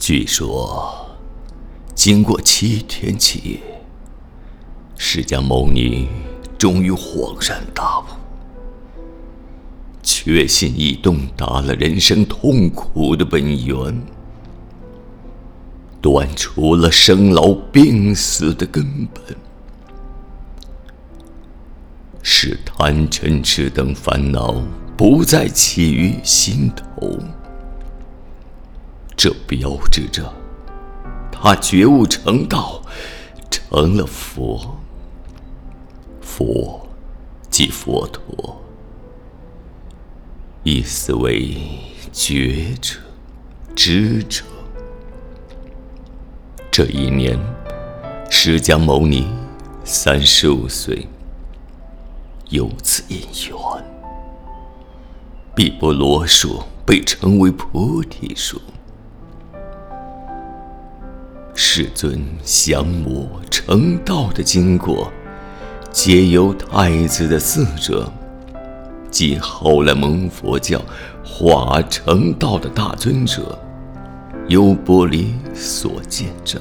据说，经过7天7夜，释迦牟尼终于恍然大悟，确信已洞达了人生痛苦的本源，断除了生老病死的根本，使贪嗔痴等烦恼不再起于心头。这标志着他觉悟成道，成了佛。佛即佛陀，意思为觉者、知者。这一年，释迦牟尼35岁，有此因缘，毗婆罗树被称为菩提树。世尊降魔成道的经过，皆由太子的嗣者，即后来蒙佛教化成道的大尊者优波离所见证。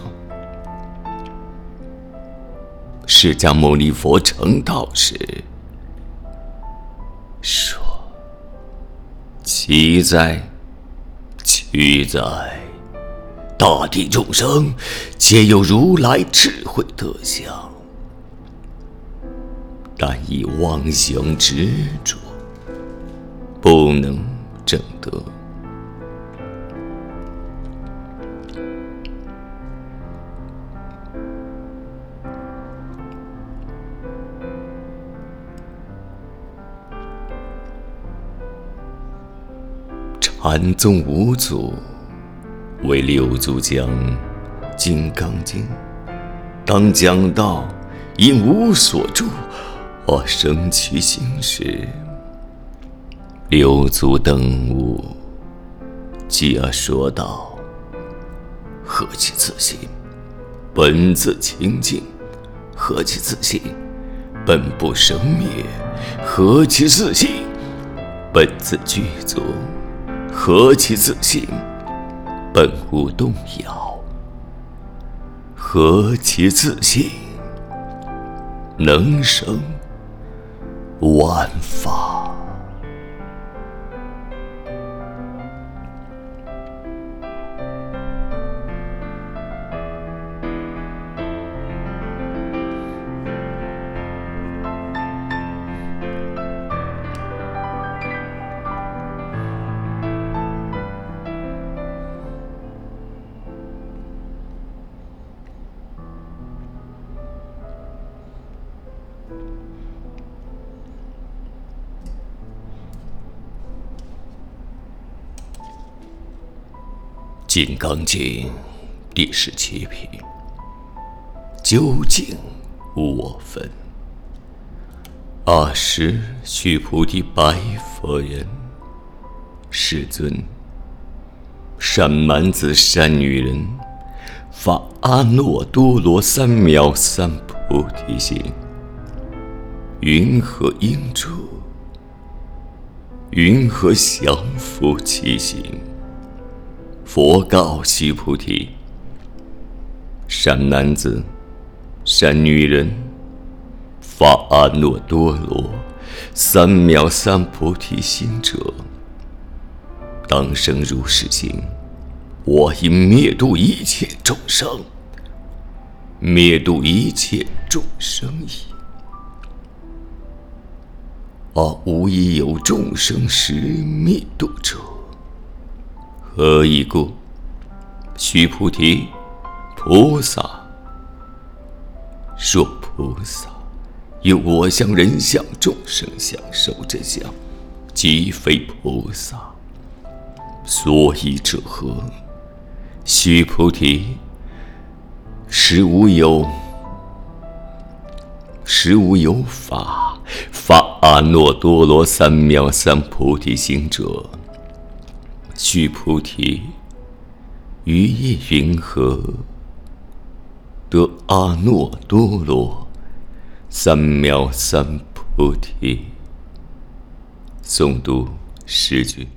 释迦牟尼佛成道时说：“其在，其在，大地众生皆有如来智慧德相，但以妄想执着，不能证得。”禅宗五祖为六祖讲《金刚经》，当讲到因无所住而生其心时，六祖顿悟，继而说道：“何其自信，本自清净；何其自信，本不生灭；何其自信，本自具足；何其自信，本无动摇；何其自信，能生万法。”《金刚经》第17品，究竟无我分。时，须菩提白佛言：“世尊，善男子、善女人，发阿耨多罗三藐三菩提心，云何应住？云何降伏其心？”佛告须菩提：“善男子、善女人，发阿耨多罗三藐三菩提心者，当生如是心，我应灭度一切众生，灭度一切众生矣。而无一有众生实灭度者。何以故？须菩提，菩萨说菩萨有我相、人相、众生相、寿者相，即非菩萨。所以者何？须菩提，实无有法，发阿耨多罗三藐三菩提心者。须菩提，于意云何得阿耨多罗三藐三菩提？诵读诗句。